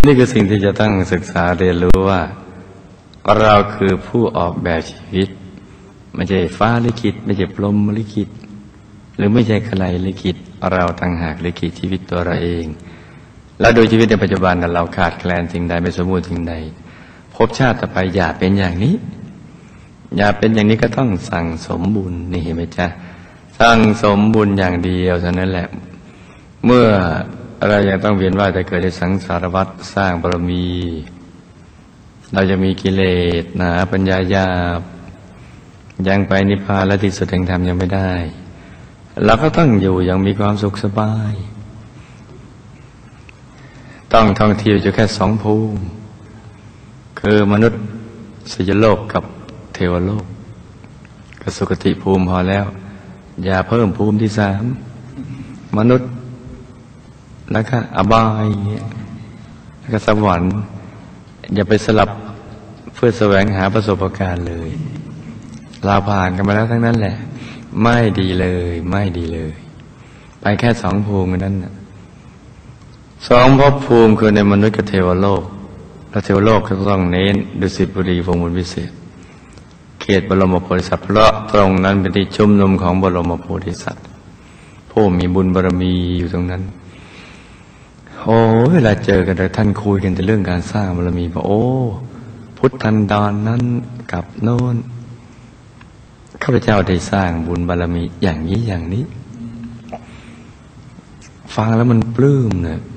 นี่คือสิ่งที่จะต้องศึกษาเรียนรู้ว่าเราคือผู้ออกแบบชีวิตไม่ใช่ฟ้าลิขิตไม่ใช่พรหมลิขิตหรือไม่ใช่ใครลิขิตเราต่างหากลิขิตชีวิตตัวเราเองแล้วโดยชีวิตในปัจจุบันเราขาดแคลนสิ่งใดไม่สมบูรณ์สิ่งใดภพชาติต่อไปอย่าเป็นอย่างนี้อย่าเป็นอย่างนี้ก็ต้องสั่งสมบุญนี่เห็นไหมจ๊ะสั่งสมบุญอย่างเดียวเท่านั้นแหละเมื่อเรายังต้องเวียนว่ายแต่เกิดในสังสารวัฏสร้างบารมีเราจะมีกิเลสหนาปัญญาหยาบยังไปนิพพานและที่สุดแห่งธรรมยังไม่ได้เราก็ต้องอยู่อย่างมีความสุขสบายต้องท่องเที่ยวอยู่แค่สองภูมิคือมนุษย์สยโลกกับเทวโลกก็สุคติภูมิพอแล้วอย่าเพิ่มภูมิที่สามมนุษย์แล้วก็อบายแล้วก็สวรรค์อย่าไปสลับเพื่อแสวงหาประสบการณ์เลยเราผ่านกันมาแล้วทั้งนั้นแหละไม่ดีเลยไม่ดีเลยไปแค่สองภูมินั้นน่ะสองภพภูมิคือในมนุษย์กับเทวโลกและเทวโลกก็ต้องเน้นดุสิตบุรีวงศ์บุญวิเศษเขตบรมโพธิสัตว์เพราะตรงนั้นเป็นที่ชุมนุมของบรมโพธิสัตว์ผู้มีบุญบารมีอยู่ตรงนั้นโอ้เวลาเจอกันแต่ท่านคุยกันแต่เรื่องการสร้างบารมีบอกโอ้พุทธันดรนั้นกับโน้นข้าพเจ้าได้สร้างบุญบารมีอย่างนี้อย่างนี้ฟังแล้วมันปลื้มเนี่ย